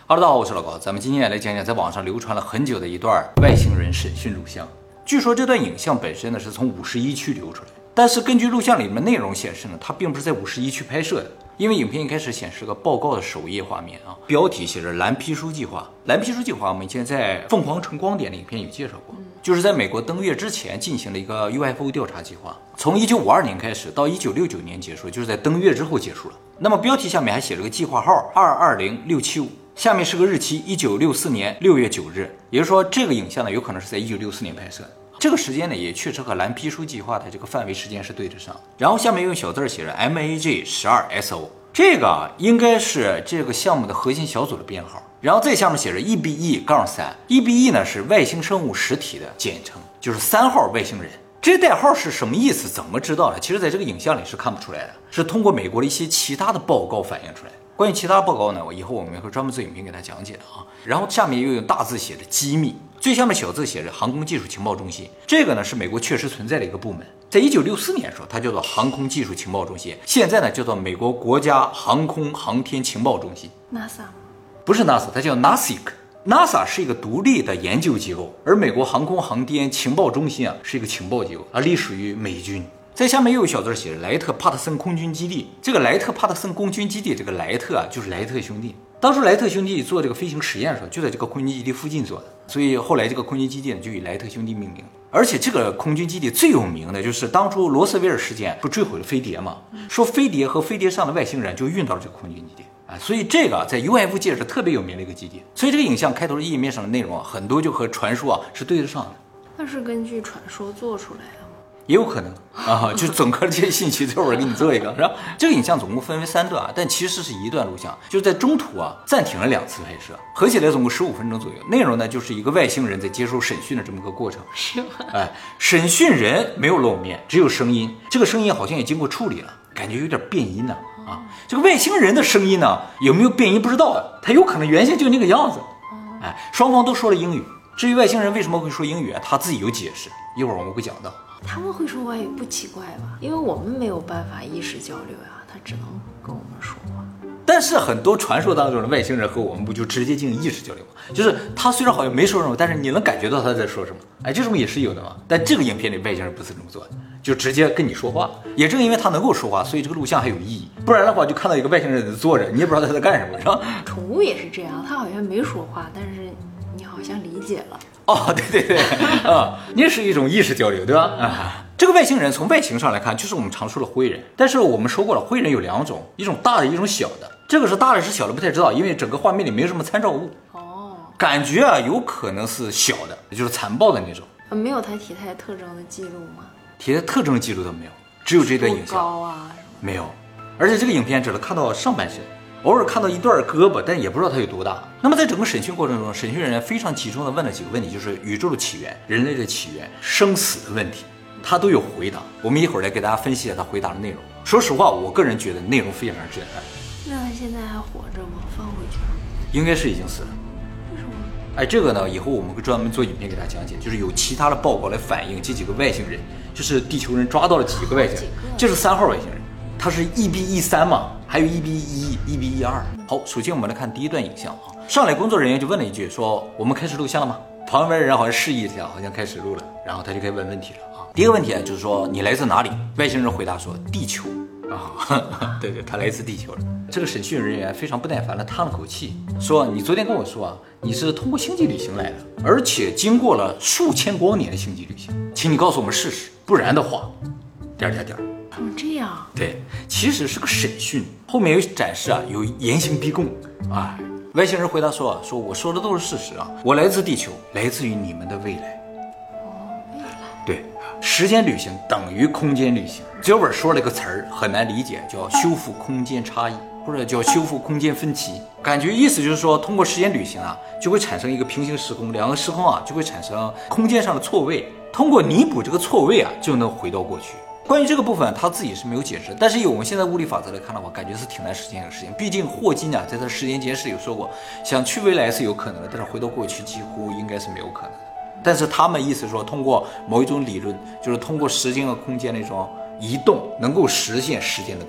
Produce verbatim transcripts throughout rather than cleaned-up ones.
哈喽，大家好，我是老高，咱们今天来讲讲在网上流传了很久的一段外星人审讯录像。据说这段影像本身呢是从五十一区流出来的，但是根据录像里面内容显示呢，它并不是在五十一区拍摄的。因为影片一开始显示个报告的首页画面啊，标题写着蓝皮书计划。蓝皮书计划我们以前在凤凰城光点的影片有介绍过，就是在美国登月之前进行了一个 U F O 调查计划，从一九五二年开始到一九六九年结束，就是在登月之后结束了。那么标题下面还写了个计划号二二零六七五，下面是个日期一九六四年六月九日，也就是说这个影像呢有可能是在一九六四年拍摄的。这个时间呢，也确实和蓝皮书计划的这个范围时间是对得上。然后下面用小字写着 M A J 十二 S O， 这个应该是这个项目的核心小组的编号。然后在下面写着 E B E 杠三 ，E B E 呢是外星生物实体的简称，就是三号外星人。这代号是什么意思？怎么知道的？其实在这个影像里是看不出来的，是通过美国的一些其他的报告反映出来的。关于其他报告呢，我以后我们会专门做影片给大家讲解的啊。然后下面又用大字写着机密，最下面小字写着航空技术情报中心。这个呢是美国确实存在的一个部门，在一九六四年的时候，它叫做航空技术情报中心，现在呢叫做美国国家航空航天情报中心。 NASA 不是 NASA， 它叫 NASIC。NASA 是一个独立的研究机构，而美国航空航天情报中心啊是一个情报机构，啊隶属于美军。在下面又有小字写着莱特帕特森空军基地。这个莱特帕特森空军基地，这个莱特啊就是莱特兄弟。当初莱特兄弟做这个飞行实验的时候，就在这个空军基地附近做的，所以后来这个空军基地呢就以莱特兄弟命名。而且这个空军基地最有名的就是当初罗斯威尔事件不坠毁了飞碟嘛，说飞碟和飞碟上的外星人就运到了这个空军基地啊，所以这个在 U F O 界是特别有名的一个基地。所以这个影像开头的页面上的内容啊，很多就和传说啊是对得上的。 那是根据传说做出来的吗？ 也有可能啊，就整个这些信息，这会儿给你做一个，是吧？这个影像总共分为三段啊，但其实是一段录像，就是在中途啊暂停了两次拍摄，合起来总共十五分钟左右。内容呢就是一个外星人在接受审讯的这么个过程。 是吗？ 哎，审讯人没有露面，只有声音，这个声音好像也经过处理了，感觉有点变音呢啊。啊，这个外星人的声音呢有没有变音不知道的，他有可能原先就那个样子。哎，双方都说了英语。至于外星人为什么会说英语啊，他自己有解释，一会儿我们会讲到。 他们会说外语不奇怪吧？因为我们没有办法意识交流呀，他只能跟我们说话。 但是很多传说当中的外星人和我们不就直接进行意识交流吗？就是他虽然好像没说什么，但是你能感觉到他在说什么。哎，这种也是有的嘛。但这个影片里外星人不是这么做的，就直接跟你说话。也正因为他能够说话，所以这个录像还有意义。不然的话，就看到一个外星人在坐着，你也不知道他在干什么，是吧？ 宠物也是这样，他好像没说话，但是你好像理解了。 哦，对对对，啊，那是一种意识交流，对吧？啊，这个外星人从外形上来看，就是我们常说的灰人。但是我们说过了，灰人有两种，一种大的，一种小的。这个是大的，是小的不太知道，因为整个画面里没有什么参照物。 哦， 感觉啊，有可能是小的，就是残暴的那种。 没有他体态特征的记录吗？ 体态特征的记录都没有，只有这段影像。 高啊， 没有。而且这个影片只能看到上半身。偶尔看到一段胳膊，但也不知道它有多大。那么在整个审讯过程中，审讯人非常集中的问了几个问题，就是宇宙的起源、人类的起源、生死的问题，他都有回答。我们一会儿来给大家分析一下他回答的内容。说实话，我个人觉得内容非常震撼。 那他现在还活着吗？放回去了？ 应该是已经死了。 为什么？ 哎，这个呢，以后我们会专门做影片给大家讲解，就是有其他的报告来反映这几个外星人，就是地球人抓到了几个外星人，这是三号外星人。它是 E B E 三嘛，还有 E B E 一、E B E 二。好，首先我们来看第一段影像啊。上来工作人员就问了一句，说我们开始录像了吗？旁边人好像示意一下，好像开始录了，然后他就开始问问题了啊。第一个问题啊，就是说你来自哪里？外星人回答说地球啊，对对，他来自地球了。这个审讯人员非常不耐烦的叹了口气，说你昨天跟我说啊，你是通过星际旅行来的，而且经过了数千光年的星际旅行，请你告诉我们事实，不然的话，点点点。 怎么这样？ 对，其实是个审讯，后面有展示啊，有严刑逼供啊。外星人回答说啊，说我说的都是事实啊，我来自地球，来自于你们的未来。 哦，未来。 对，时间旅行等于空间旅行。脚本说了一个词儿很难理解，叫修复空间差异，或者叫修复空间分歧。感觉意思就是说，通过时间旅行啊，就会产生一个平行时空，两个时空啊就会产生空间上的错位，通过弥补这个错位啊，就能回到过去。关于这个部分，他自己是没有解释，但是以我们现在物理法则来看的话，感觉是挺难实现的事情。毕竟霍金啊，在他时间简史有说过，想去未来是有可能的，但是回到过去几乎应该是没有可能的。但是他们意思说，通过某一种理论，就是通过时间和空间的一种移动，能够实现时间的倒流。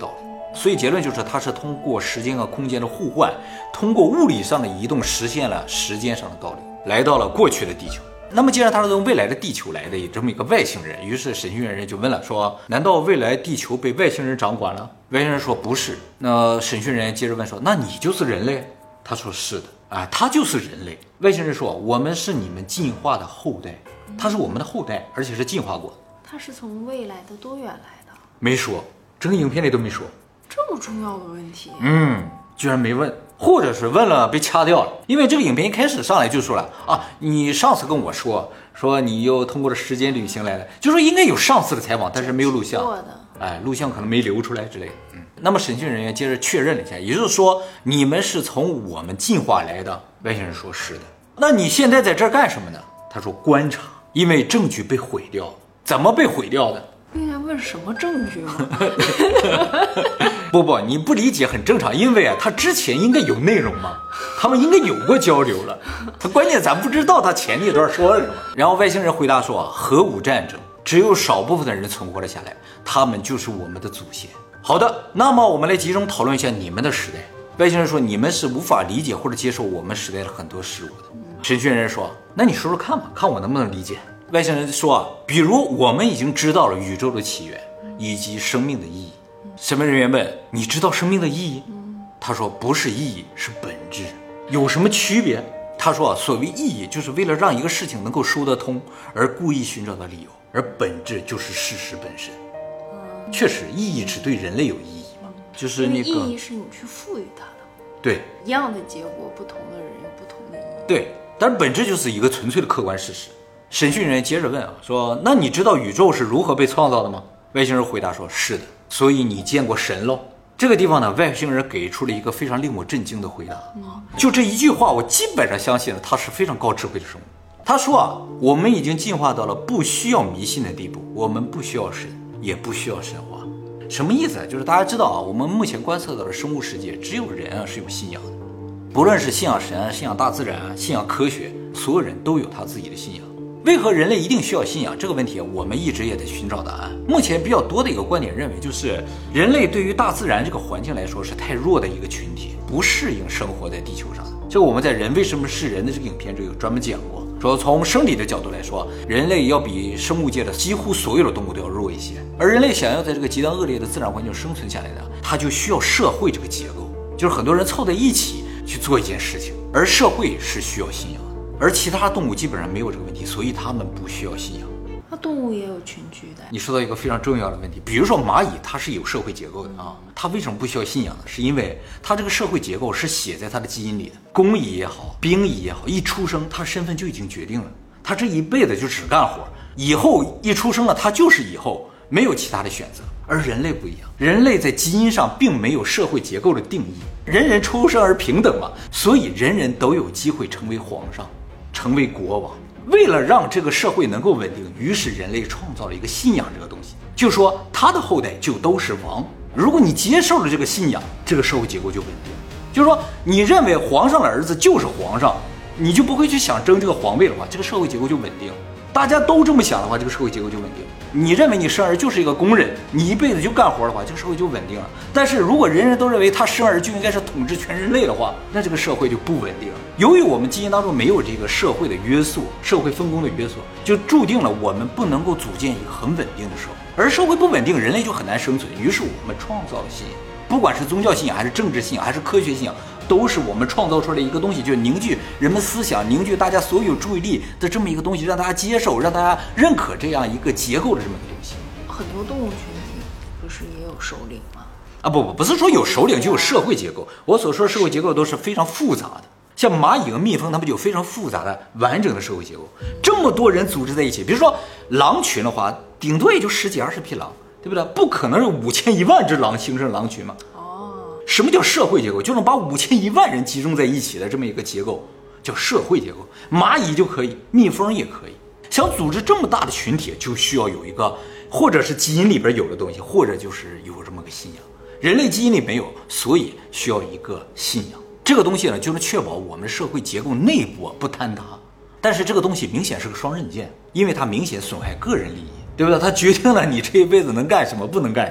所以结论就是它是通过时间和空间的互换，通过物理上的移动实现了时间上的倒流，来到了过去的地球。那么既然他是从未来的地球来的这么一个外星人，于是审讯人就问了，说难道未来地球被外星人掌管了？外星人说不是。那审讯人接着问说，那你就是人类？他说是的啊，他就是人类。外星人说我们是你们进化的后代，他是我们的后代，而且是进化过。 他是从未来的多远来的？ 没说，整个影片里都没说。 这么重要的问题， 嗯，居然没问，或者是问了被掐掉了。因为这个影片一开始上来就说了啊，你上次跟我说说你又通过了时间旅行来了，就说应该有上次的采访，但是没有录像，哎，录像可能没流出来之类的。嗯，那么审讯人员接着确认了一下，也就是说你们是从我们进化来的。外星人说是的。那你现在在这儿干什么呢？他说观察，因为证据被毁掉了。怎么被毁掉的？ 应该问什么证据吗？ 不不，你不理解很正常，因为啊，他之前应该有内容嘛，他们应该有过交流了。他关键咱不知道他前一段说了什么。然后外星人回答说，核武战争只有少部分的人存活了下来，他们就是我们的祖先。好的，那么我们来集中讨论一下你们的时代。外星人说，你们是无法理解或者接受我们时代的很多事物的。审讯人说，那你说说看吧，看我能不能理解。外星人说啊，比如我们已经知道了宇宙的起源以及生命的意义。审问人员问，你知道生命的意义？他说不是意义，是本质。有什么区别？他说啊，所谓意义就是为了让一个事情能够说得通而故意寻找的理由，而本质就是事实本身。确实，意义只对人类有意义嘛，就是那个意义是你去赋予它的。 对， 一样的结果，不同的人有不同的意义。 对，但是本质就是一个纯粹的客观事实。审讯人接着问啊，说那你知道宇宙是如何被创造的吗？外星人回答说，是的。所以你见过神喽？这个地方呢，外星人给出了一个非常令我震惊的回答。就这一句话，我基本上相信了他是非常高智慧的生物。他说啊，我们已经进化到了不需要迷信的地步，我们不需要神，也不需要神话。什么意思？就是大家知道啊，我们目前观测到的生物世界，只有人啊是有信仰的，不论是信仰神、信仰大自然、信仰科学，所有人都有他自己的信仰。为何人类一定需要信仰这个问题，我们一直也在寻找答案。目前比较多的一个观点认为，就是人类对于大自然这个环境来说是太弱的一个群体，不适应生活在地球上的。这个我们在《人为什么是人》的这个影片中有专门讲过，说从生理的角度来说，人类要比生物界的几乎所有的动物都要弱一些。而人类想要在这个极端恶劣的自然环境生存下来呢，它就需要社会这个结构，就是很多人凑在一起去做一件事情，而社会是需要信仰的。而其他动物基本上没有这个问题，所以它们不需要信仰。 那动物也有群居的。 你说到一个非常重要的问题，比如说蚂蚁，它是有社会结构的啊，它为什么不需要信仰呢？是因为它这个社会结构是写在它的基因里的。工蚁也好，兵蚁也好，一出生它身份就已经决定了，它这一辈子就只干活，以后一出生了，它就是以后，没有其他的选择。而人类不一样，人类在基因上并没有社会结构的定义，人人出生而平等嘛，所以人人都有机会成为皇上，成为国王。为了让这个社会能够稳定，于是人类创造了一个信仰这个东西，就说他的后代就都是王。如果你接受了这个信仰，这个社会结构就稳定。就是说你认为皇上的儿子就是皇上，你就不会去想争这个皇位的话，这个社会结构就稳定。大家都这么想的话，这个社会结构就稳定。你认为你生儿就是一个工人，你一辈子就干活的话，这个社会就稳定了。但是如果人人都认为他生儿就应该是统治全人类的话，那这个社会就不稳定了。由于我们基因当中没有这个社会的约束，社会分工的约束，就注定了我们不能够组建一个很稳定的社会。而社会不稳定，人类就很难生存。于是我们创造了信仰，不管是宗教信仰还是政治信仰还是科学信仰，都是我们创造出来的一个东西，就是凝聚人们思想，凝聚大家所有注意力的这么一个东西，让大家接受，让大家认可这样一个结构的这么一个东西。 很多动物群体不是也有首领吗？ 啊不不不是说有首领就有社会结构，我所说的社会结构都是非常复杂的。像蚂蚁和蜜蜂，它们就有非常复杂的完整的社会结构。这么多人组织在一起，比如说狼群的话，顶多也就十几二十匹狼，对不对？不可能是五千一万只狼形成狼群嘛。什么叫社会结构？就能把五千一万人集中在一起的这么一个结构，叫社会结构。蚂蚁就可以，蜜蜂也可以。想组织这么大的群体，就需要有一个，或者是基因里边有的东西，或者就是有这么个信仰。人类基因里没有，所以需要一个信仰。这个东西呢，就能确保我们的社会结构内部不坍塌。但是这个东西明显是个双刃剑，因为它明显损害个人利益，对不对？它决定了你这一辈子能干什么，不能干什么。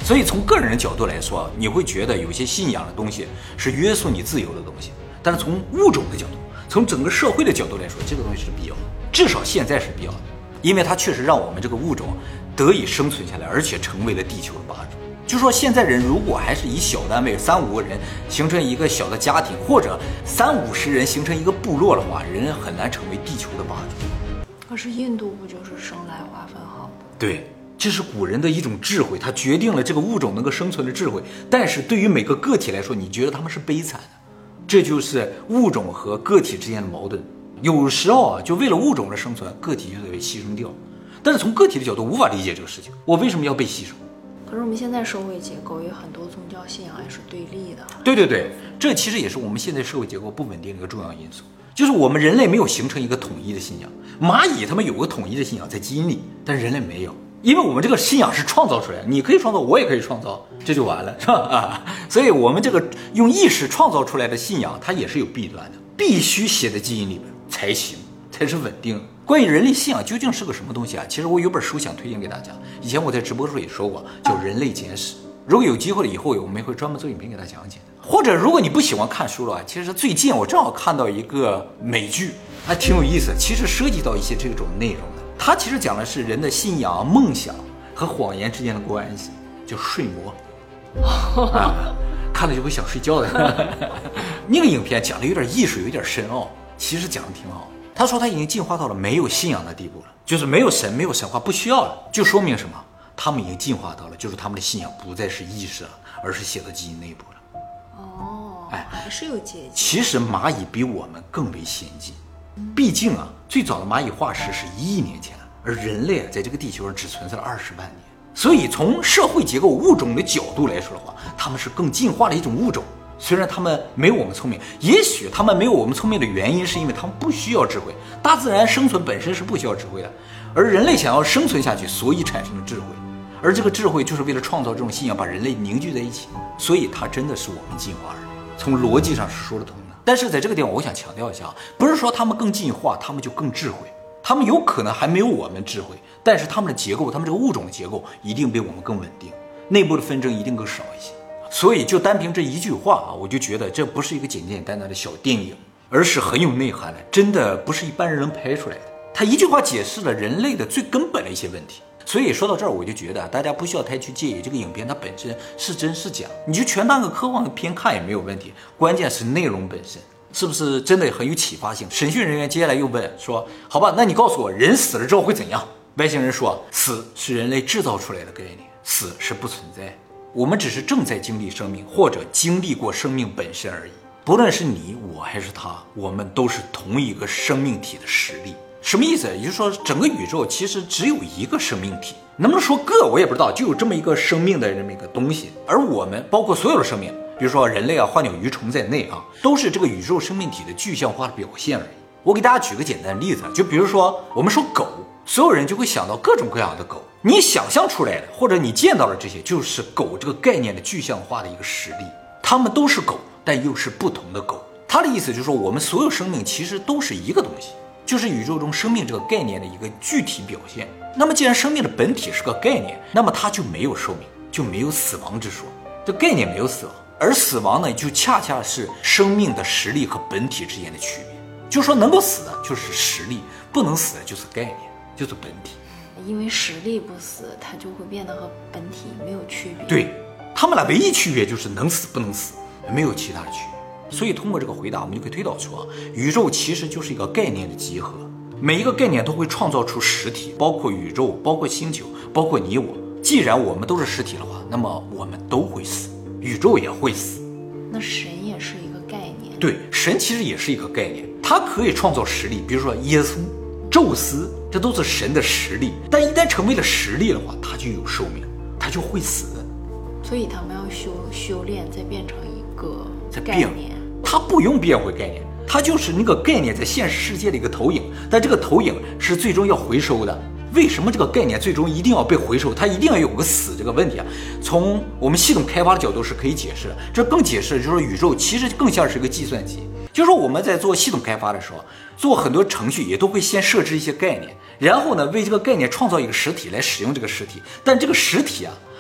所以从个人的角度来说，你会觉得有些信仰的东西是约束你自由的东西，但是从物种的角度，从整个社会的角度来说，这个东西是必要的，至少现在是必要的，因为它确实让我们这个物种得以生存下来，而且成为了地球的霸主。就说现在人如果还是以小单位三五个人形成一个小的家庭，或者三五十人形成一个部落的话，人很难成为地球的霸主。 可是印度不就是生来划分好的？ 对，这是古人的一种智慧，它决定了这个物种能够生存的智慧。但是对于每个个体来说，你觉得他们是悲惨的，这就是物种和个体之间的矛盾。有时候啊，就为了物种的生存，个体就得被牺牲掉。但是从个体的角度无法理解这个事情，我为什么要被牺牲？ 可是我们现在社会结构有很多宗教信仰也是对立的。 对对对，这其实也是我们现在社会结构不稳定的一个重要因素，就是我们人类没有形成一个统一的信仰。蚂蚁他们有个统一的信仰在基因里，但是人类没有，因为我们这个信仰是创造出来的，你可以创造，我也可以创造，这就完了，是吧？啊，所以我们这个用意识创造出来的信仰，它也是有弊端的，必须写在基因里面才行，才是稳定。关于人类信仰究竟是个什么东西啊？其实我有本书想推荐给大家，以前我在直播的时候也说过，叫《人类简史》。如果有机会了以后，我们会专门做影片给大家讲解。或者如果你不喜欢看书的话，其实最近我正好看到一个美剧，还挺有意思，其实涉及到一些这种内容的。它其实讲的是人的信仰、梦想和谎言之间的关系，叫睡魔。啊，看了就会想睡觉的。那个影片讲的有点艺术，有点深奥，其实讲的挺好。他说他已经进化到了没有信仰的地步了，就是没有神，没有神话，不需要了，就说明什么？他们已经进化到了，就是他们的信仰不再是意识了，而是写到基因内部了。 哦，哎，还是有阶级。 其实蚂蚁比我们更为先进，毕竟啊，最早的蚂蚁化石是一亿年前，而人类啊，在这个地球上只存在了二十万年。所以从社会结构、物种的角度来说的话，他们是更进化的一种物种。虽然他们没有我们聪明，也许他们没有我们聪明的原因是因为他们不需要智慧。大自然生存本身是不需要智慧的，而人类想要生存下去，所以产生了智慧。而这个智慧就是为了创造这种信仰，把人类凝聚在一起。所以它真的是我们进化而来，从逻辑上是说得通的。但是在这个地方，我想强调一下，不是说他们更进化，他们就更智慧。他们有可能还没有我们智慧，但是他们的结构，他们这个物种的结构一定比我们更稳定，内部的纷争一定更少一些。所以就单凭这一句话啊，我就觉得这不是一个简简单单的小电影，而是很有内涵的，真的不是一般人能拍出来的。他一句话解释了人类的最根本的一些问题。所以说到这儿，我就觉得大家不需要太去介意这个影片它本身是真是假，你就全当个科幻片看也没有问题。关键是内容本身是不是真的很有启发性。审讯人员接下来又问说，好吧，那你告诉我，人死了之后会怎样？外星人说，死是人类制造出来的概念，死是不存在，我们只是正在经历生命，或者经历过生命本身而已。不论是你我还是他，我们都是同一个生命体的实力。什么意思？也就是说，整个宇宙其实只有一个生命体，能不能说个我也不知道，就有这么一个生命的这么一个东西。而我们包括所有的生命，比如说人类啊、花鸟鱼虫在内啊，都是这个宇宙生命体的具象化的表现而已。我给大家举个简单的例子，就比如说我们说狗，所有人就会想到各种各样的狗，你想象出来的或者你见到的这些，就是狗这个概念的具象化的一个实例。它们都是狗，但又是不同的狗。它的意思就是说，我们所有生命其实都是一个东西，就是宇宙中生命这个概念的一个具体表现。那么既然生命的本体是个概念，那么它就没有寿命，就没有死亡之说。这概念没有死亡，而死亡呢，就恰恰是生命的实力和本体之间的区别。就是说能够死的就是实力，不能死的就是概念，就是本体。 因为实力不死，它就会变得和本体没有区别。 对，他们俩唯一区别就是能死不能死，没有其他的区别。所以通过这个回答，我们就可以推导出啊，宇宙其实就是一个概念的集合，每一个概念都会创造出实体，包括宇宙，包括星球，包括你我。既然我们都是实体的话，那么我们都会死，宇宙也会死。 那神也是一个概念。 对，神其实也是一个概念，它可以创造实力，比如说耶稣、宙斯，这都是神的实力。但一旦成为了实力的话，它就有寿命，它就会死。 所以他们要修修炼，再变成一个概念。 它不用变回概念，它就是那个概念在现实世界的一个投影，但这个投影是最终要回收的。为什么这个概念最终一定要被回收？它一定要有个死这个问题啊？从我们系统开发的角度是可以解释的，这更解释就是说宇宙其实更像是一个计算机。就是说我们在做系统开发的时候，做很多程序也都会先设置一些概念，然后呢为这个概念创造一个实体来使用这个实体。但这个实体啊，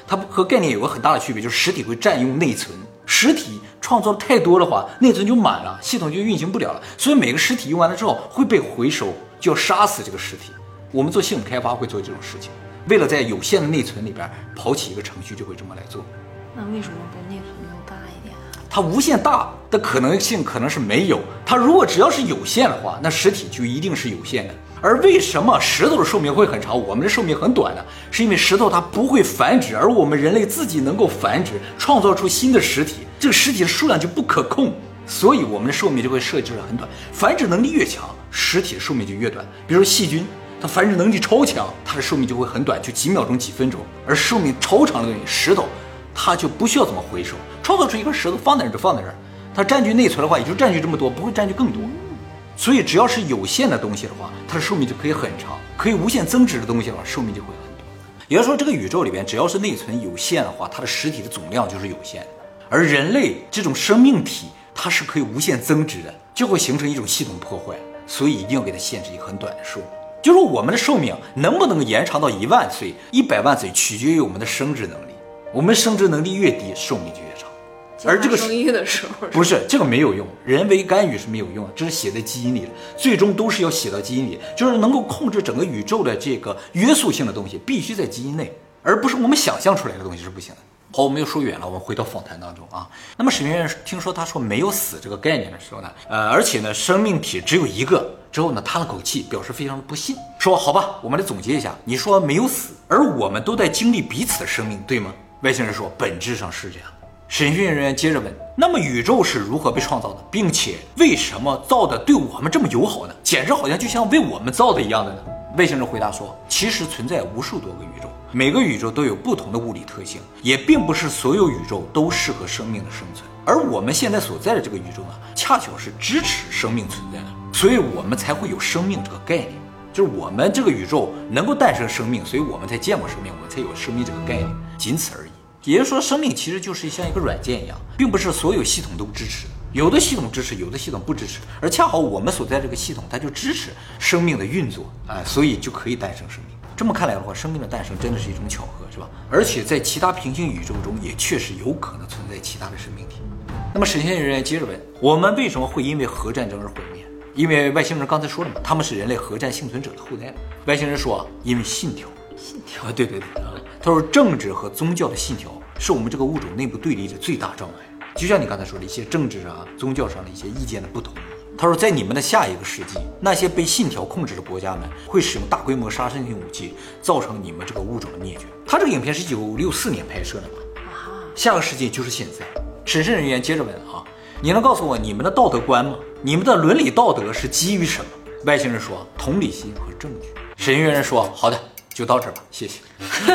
它和概念有个很大的区别，就是实体会占用内存，实体创造的太多的话，内存就满了，系统就运行不了了。所以每个实体用完了之后会被回收，就要杀死这个实体。我们做系统开发会做这种事情，为了在有限的内存里边跑起一个程序，就会这么来做。 那为什么不内存要大一点啊？ 它无限大的可能性可能是没有，它如果只要是有限的话，那实体就一定是有限的。而为什么石头的寿命会很长，我们的寿命很短呢？是因为石头它不会繁殖，而我们人类自己能够繁殖，创造出新的实体，这个实体的数量就不可控，所以我们的寿命就会设置得很短。繁殖能力越强，实体的寿命就越短。比如说细菌，它繁殖能力超强，它的寿命就会很短，就几秒钟、几分钟。而寿命超长的东西，石头，它就不需要怎么回收，创造出一块石头放在那儿就放在那儿，它占据内存的话，也就占据这么多，不会占据更多。所以只要是有限的东西的话，它的寿命就可以很长，可以无限增值的东西的话，寿命就会很短。也就是说，这个宇宙里边只要是内存有限的话，它的实体的总量就是有限的。而人类这种生命体，它是可以无限增值的，就会形成一种系统破坏，所以一定要给它限制一个很短的寿命。就是说我们的寿命能不能延长到一万岁、一百万岁，取决于我们的生殖能力。我们生殖能力越低，寿命就越长。而这个生育的时候不是这个没有用，人为干预是没有用的，这是写在基因里的，最终都是要写到基因里，就是能够控制整个宇宙的这个约束性的东西必须在基因内，而不是我们想象出来的东西是不行的。好，我们又说远了，我们回到访谈当中啊。那么史学院听说他说没有死这个概念的时候呢，呃，而且呢生命体只有一个之后呢，叹了口气，表示非常的不信，说好吧，我们来总结一下，你说没有死，而我们都在经历彼此的生命，对吗？外星人说本质上是这样。审讯人员接着问，那么宇宙是如何被创造的，并且为什么造的对我们这么友好呢？简直好像就像为我们造的一样的呢？外星人回答说，其实存在无数多个宇宙，每个宇宙都有不同的物理特性，也并不是所有宇宙都适合生命的生存，而我们现在所在的这个宇宙呢，恰巧是支持生命存在的，所以我们才会有生命这个概念，就是我们这个宇宙能够诞生生命，所以我们才见过生命，我们才有生命这个概念，仅此而已。也就是说，生命其实就是像一个软件一样，并不是所有系统都支持，有的系统支持，有的系统不支持，而恰好我们所在这个系统它就支持生命的运作啊、呃，所以就可以诞生生命。这么看来的话，生命的诞生真的是一种巧合，是吧？而且在其他平行宇宙中也确实有可能存在其他的生命体。那么审讯人员接着问，我们为什么会因为核战争而毁灭？因为外星人刚才说了嘛，他们是人类核战幸存者的后代。外星人说，因为信条。 信条啊，对对对啊，他说政治和宗教的信条是我们这个物种内部对立的最大障碍，就像你刚才说的一些政治啊、宗教上的一些意见的不同。他说，在你们的下一个世纪，那些被信条控制的国家们会使用大规模杀伤性武器，造成你们这个物种的灭绝。他这个影片是一九六四年拍摄的嘛？下个世纪就是现在。审讯人员接着问啊，你能告诉我你们的道德观吗？你们的伦理道德是基于什么？外星人说，同理心和证据。审讯人说，好的。就到这儿吧，谢谢。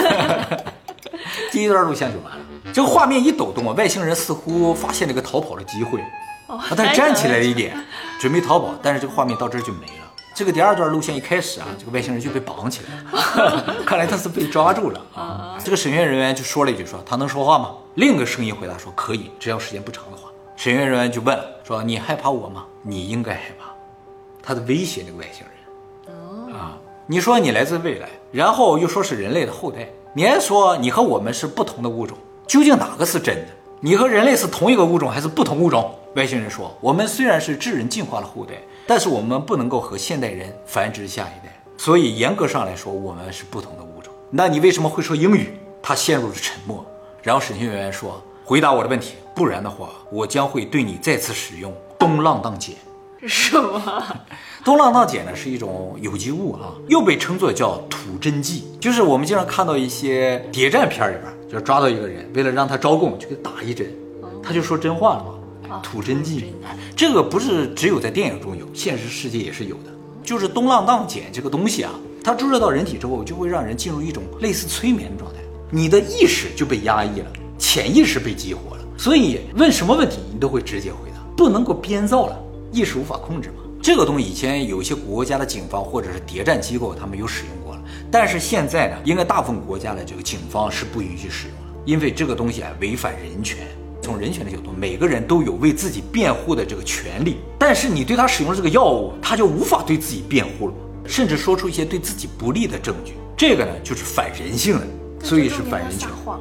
第一段录像就完了。这个画面一抖动啊，外星人似乎发现了一个逃跑的机会，啊，他站起来了一点，准备逃跑，但是这个画面到这儿就没了。这个第二段录像一开始啊，这个外星人就被绑起来了，看来他是被抓住了啊。这个审讯人员就说了一句说，他能说话吗？另一个声音回答说，可以，只要时间不长的话。审讯人员就问了，说你害怕我吗？你应该害怕。他在威胁那个外星人。啊，你说你来自未来，然后又说是人类的后代，你还说你和我们是不同的物种，究竟哪个是真的？你和人类是同一个物种还是不同物种？外星人说，我们虽然是智人进化的后代，但是我们不能够和现代人繁殖下一代，所以严格上来说我们是不同的物种。那你为什么会说英语？他陷入了沉默，然后审讯人员说，回答我的问题，不然的话我将会对你再次使用东浪荡碱。 什么？ 东浪荡碱呢是一种有机物啊，又被称作叫土真剂，就是我们经常看到一些谍战片里边，就是抓到一个人，为了让他招供就给他打一针，他就说真话了嘛。土真剂，这个不是只有在电影中有，现实世界也是有的。就是东浪荡碱这个东西啊，它注射到人体之后，就会让人进入一种类似催眠的状态，你的意识就被压抑了，潜意识被激活了，所以问什么问题你都会直接回答，不能够编造了。意识无法控制嘛，这个东西以前有一些国家的警方或者是谍战机构他们有使用过了，但是现在呢，应该大部分国家的这个警方是不允许使用了，因为这个东西啊违反人权。从人权的角度，每个人都有为自己辩护的这个权利，但是你对他使用这个药物，他就无法对自己辩护了，甚至说出一些对自己不利的证据，这个呢就是反人性的，所以是反人权。 撒谎了呀。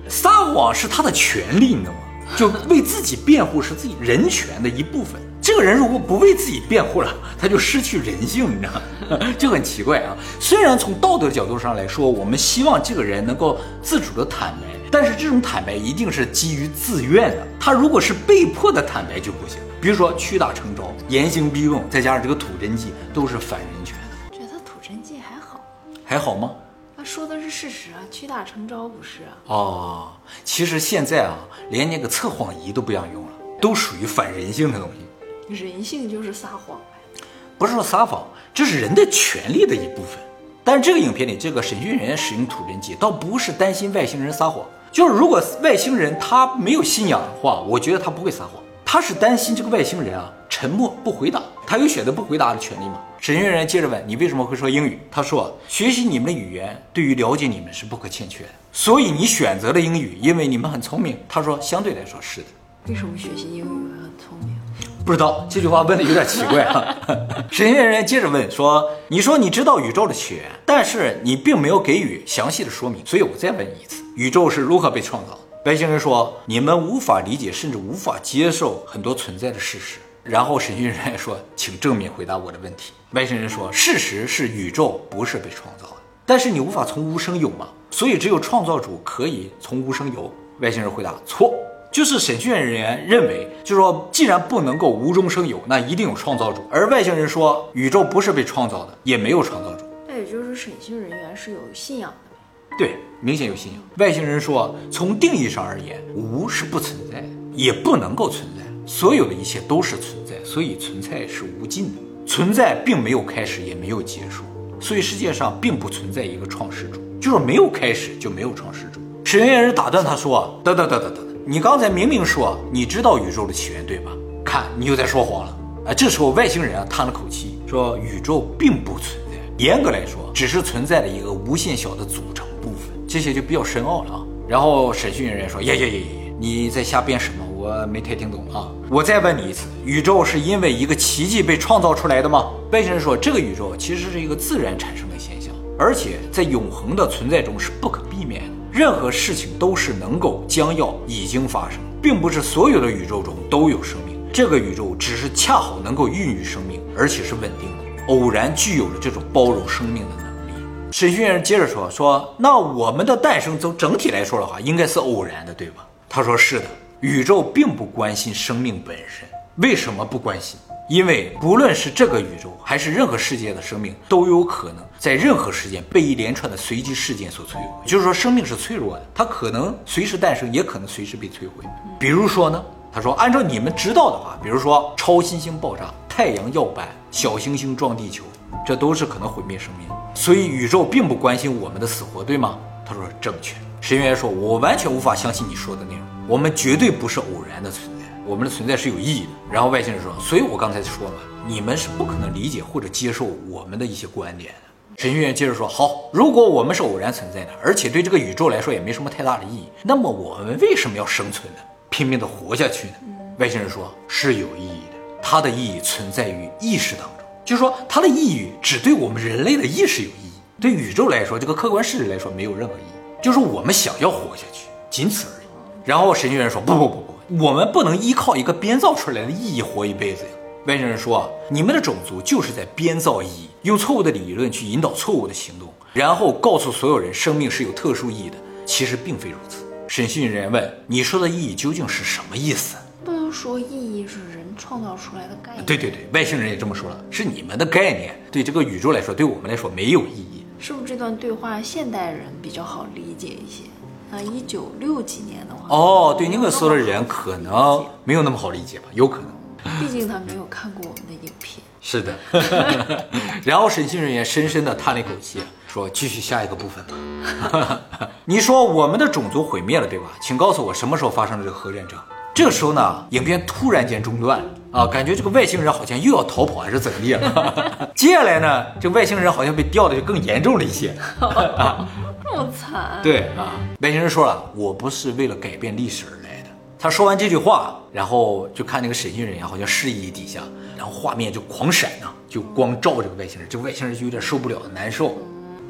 撒谎是他的权利，你知道吗？就为自己辩护是自己人权的一部分。这个人如果不为自己辩护了，他就失去人性，你知道吗？就很奇怪啊。虽然从道德角度上来说，我们希望这个人能够自主的坦白，但是这种坦白一定是基于自愿的。他如果是被迫的坦白就不行。比如说屈打成招、严刑逼供，再加上这个土真剂，都是反人权的。 觉得土真剂还好， 还好吗？ 他说的是事实啊，屈打成招不是啊。 哦，其实现在啊，连那个测谎仪都不让用了，都属于反人性的东西。 人性就是撒谎呗， 不是说撒谎，这是人的权利的一部分。但是这个影片里，这个审讯人使用土真剂，倒不是担心外星人撒谎，就是如果外星人他没有信仰的话，我觉得他不会撒谎。他是担心这个外星人啊沉默不回答，他有选择不回答的权利吗？审讯人接着问，你为什么会说英语？他说，学习你们的语言对于了解你们是不可欠缺的，所以你选择了英语，因为你们很聪明。他说相对来说是的。 为什么学习英语会很聪明？ 不知道，这句话问的有点奇怪啊。审讯人接着问说，你说你知道宇宙的起源，但是你并没有给予详细的说明，所以我再问你一次，宇宙是如何被创造的？外星人说，你们无法理解甚至无法接受很多存在的事实。然后审讯人说，请正面回答我的问题。外星人说，事实是宇宙不是被创造的，但是你无法从无生有嘛，所以只有创造主可以从无生有。外星人回答，错。就是审讯人员认为，就是说既然不能够无中生有，那一定有创造主。而外星人说，宇宙不是被创造的，也没有创造主。 那也就是审讯人员是有信仰的。 对，明显有信仰。外星人说，从定义上而言，无是不存在的，也不能够存在，所有的一切都是存在，所以存在是无尽的，存在并没有开始，也没有结束，所以世界上并不存在一个创始主，就是没有开始就没有创始主。审讯人打断他说，等等等等等等，你刚才明明说你知道宇宙的起源，对吧？看你又在说谎了啊！这时候外星人啊叹了口气，说宇宙并不存在，严格来说，只是存在了一个无限小的组成部分，这些就比较深奥了啊。然后审讯人说，耶耶耶耶，你在瞎编什么？我没太听懂啊！我再问你一次，宇宙是因为一个奇迹被创造出来的吗？外星人说，这个宇宙其实是一个自然产生的现象，而且在永恒的存在中是不可避免的。任何事情都是能够、将要、已经发生，并不是所有的宇宙中都有生命。这个宇宙只是恰好能够孕育生命，而且是稳定的，偶然具有了这种包容生命的能力。审讯人接着说：“说那我们的诞生从整体来说的话，应该是偶然的，对吧？”他说：“是的，宇宙并不关心生命本身。为什么不关心？因为不论是这个宇宙还是任何世界的生命，都有可能在任何时间被一连串的随机事件所摧毁。就是说，生命是脆弱的，它可能随时诞生，也可能随时被摧毁。比如说呢，他说，按照你们知道的话，比如说超新星爆炸、太阳耀斑、小行星撞地球，这都是可能毁灭生命。所以宇宙并不关心我们的死活，对吗？他说正确。审讯员说，我完全无法相信你说的内容，我们绝对不是偶然的存在。我们的存在是有意义的。然后外星人说，所以我刚才说嘛，你们是不可能理解或者接受我们的一些观点的。审讯员接着说，好，如果我们是偶然存在的，而且对这个宇宙来说也没什么太大的意义，那么我们为什么要生存呢？拼命的活下去呢？外星人说，是有意义的，它的意义存在于意识当中，就是说它的意义只对我们人类的意识有意义，对宇宙来说，这个客观事实来说没有任何意义，就是我们想要活下去，仅此而已。然后审讯员说，不不不不我们不能依靠一个编造出来的意义活一辈子呀。外星人说，你们的种族就是在编造意义，用错误的理论去引导错误的行动，然后告诉所有人生命是有特殊意义的，其实并非如此。审讯人问，你说的意义究竟是什么意思？ 不能说意义是人创造出来的概念。 对对对，外星人也这么说了，是你们的概念，对这个宇宙来说，对我们来说没有意义。 是不是这段对话现代人比较好理解一些？啊，一九六几年的话， 哦，对那个时候的人可能没有那么好理解吧，有可能， 毕竟他没有看过我们的影片。 是的。然后审讯人员深深地叹了一口气，说：“继续下一个部分吧。你说我们的种族毁灭了，对吧？请告诉我什么时候发生了这个核战争？”这个时候呢，影片突然间中断了啊，感觉这个外星人好像又要逃跑还是怎么地了。接下来呢，这个外星人好像被吊的就更严重了一些。 这么惨？ 对啊，外星人说了，我不是为了改变历史而来的。他说完这句话，然后就看那个审讯人员好像示意底下，然后画面就狂闪啊，就光照这个外星人，这个外星人就有点受不了，难受。 嗯，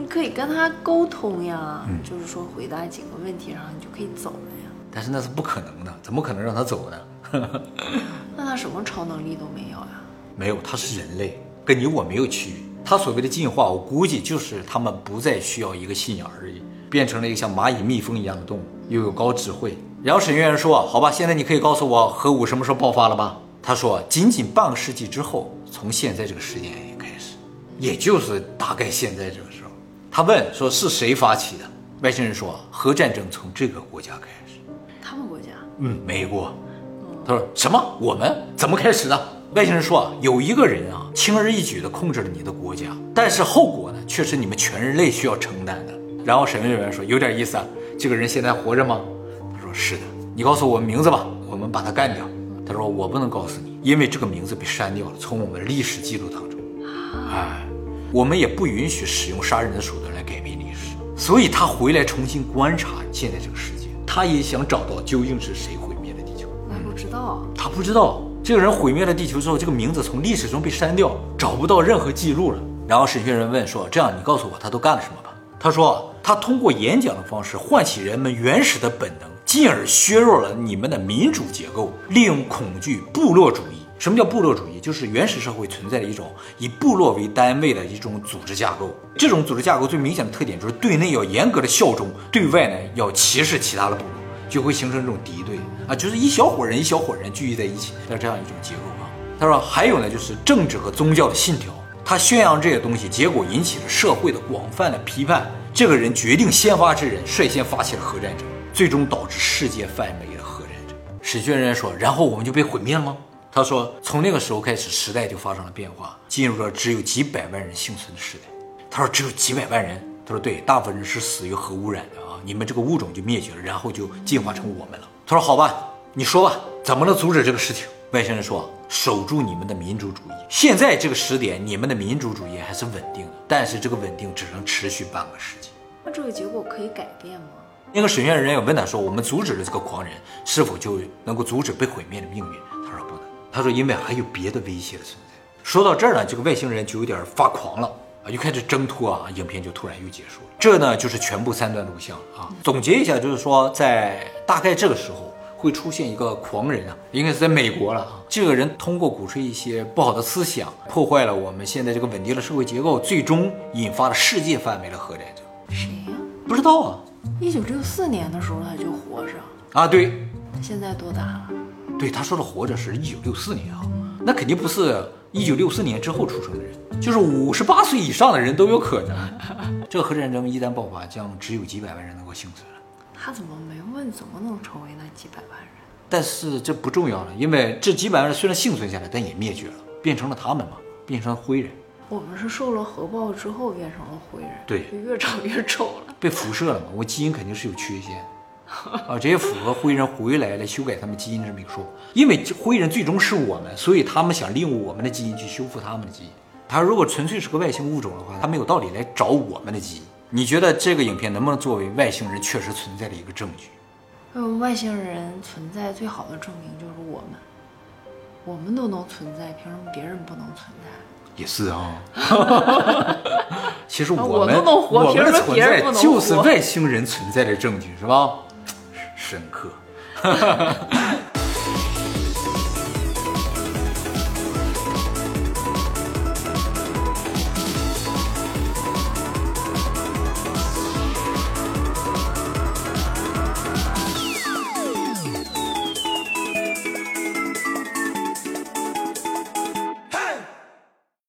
你可以跟他沟通呀，嗯、就是说回答几个问题，然后你就可以走了呀。 但是那是不可能的，怎么可能让他走呢？ 那他什么超能力都没有呀？ 没有，他是人类，跟你我没有区别。他所谓的进化，我估计就是他们不再需要一个信仰而已，变成了一个像蚂蚁、蜜蜂一样的动物，又有高智慧。然后沈月人说：“好吧，现在你可以告诉我核武什么时候爆发了吧？”他说：“仅仅半个世纪之后，从现在这个时间点开始，也就是大概现在这个时候。”他问说：“是谁发起的？”外星人说：“核战争从这个国家开始。” 他们国家？ 嗯，美国。他说：“什么？我们怎么开始的？”外星人说啊，有一个人啊，轻而易举地控制了你的国家，但是后果呢，却是你们全人类需要承担的。然后审问人员说，有点意思啊，这个人现在活着吗？他说是的。你告诉我名字吧，我们把他干掉。他说我不能告诉你，因为这个名字被删掉了，从我们的历史记录当中。哎，我们也不允许使用杀人的手段来改变历史。所以他回来重新观察现在这个世界，他也想找到究竟是谁毁灭了地球。 他不知道， 他不知道。这个人毁灭了地球之后，这个名字从历史中被删掉，找不到任何记录了。然后审讯人问说：“这样，你告诉我他都干了什么吧？”他说：“他通过演讲的方式唤起人们原始的本能，进而削弱了你们的民主结构，利用恐惧、部落主义。什么叫部落主义？就是原始社会存在的一种以部落为单位的一种组织架构。这种组织架构最明显的特点就是对内要严格的效忠，对外呢要歧视其他的部落。”就会形成这种敌对啊，就是一小伙人一小伙人聚集在一起的这样一种结构啊。他说还有呢，就是政治和宗教的信条，他宣扬这些东西，结果引起了社会的广泛的批判。这个人决定先发制人，率先发起了核战争，最终导致世界范围的核战争。审讯人员说，然后我们就被毁灭了吗？他说，从那个时候开始，时代就发生了变化，进入了只有几百万人幸存的时代。他说只有几百万人？他说对，大部分人是死于核污染的啊，你们这个物种就灭绝了，然后就进化成我们了。他说好吧，你说吧，怎么能阻止这个事情？外星人说，守住你们的民主主义。现在这个时点，你们的民主主义还是稳定的，但是这个稳定只能持续半个世纪。 那这个结果可以改变吗？ 那个审讯人也问他说，我们阻止了这个狂人，是否就能够阻止被毁灭的命运？他说不能。他说因为还有别的威胁的存在。说到这儿呢，这个外星人就有点发狂了。又开始挣脱啊，影片就突然又结束了。这呢就是全部三段录像啊。总结一下，就是说在大概这个时候会出现一个狂人啊，应该是在美国了啊。这个人通过鼓吹一些不好的思想，破坏了我们现在这个稳定的社会结构，最终引发了世界范围的核战争。 谁呀？ 不知道啊。 一九六四年的时候他就活着啊，对。 他现在多大了？ 对，他说的活着是一九六四年啊，那肯定不是一九六四年之后出生的人。就是五十八岁以上的人都有可能。这个核战争一旦爆发，将只有几百万人能够幸存了。 他怎么没问怎么能成为那几百万人？ 但是这不重要了，因为这几百万人虽然幸存下来，但也灭绝了，变成了他们嘛，变成了灰人。 我们是受了核爆之后变成了灰人， 对， 就越长越丑了， 被辐射了嘛。我基因肯定是有缺陷。啊，这些符合灰人回来来修改他们基因这么一说，因为灰人最终是我们，所以他们想利用我们的基因去修复他们的基因。他如果纯粹是个外星物种的话，他没有道理来找我们的基因。你觉得这个影片能不能作为外星人确实存在的一个证据？ 嗯，外星人存在最好的证明就是我们，我们都能存在，凭什么别人不能存在？ 也是啊。其实我们、 啊、我能活， 我们的存在就是活外星人存在的证据，是吧？深刻。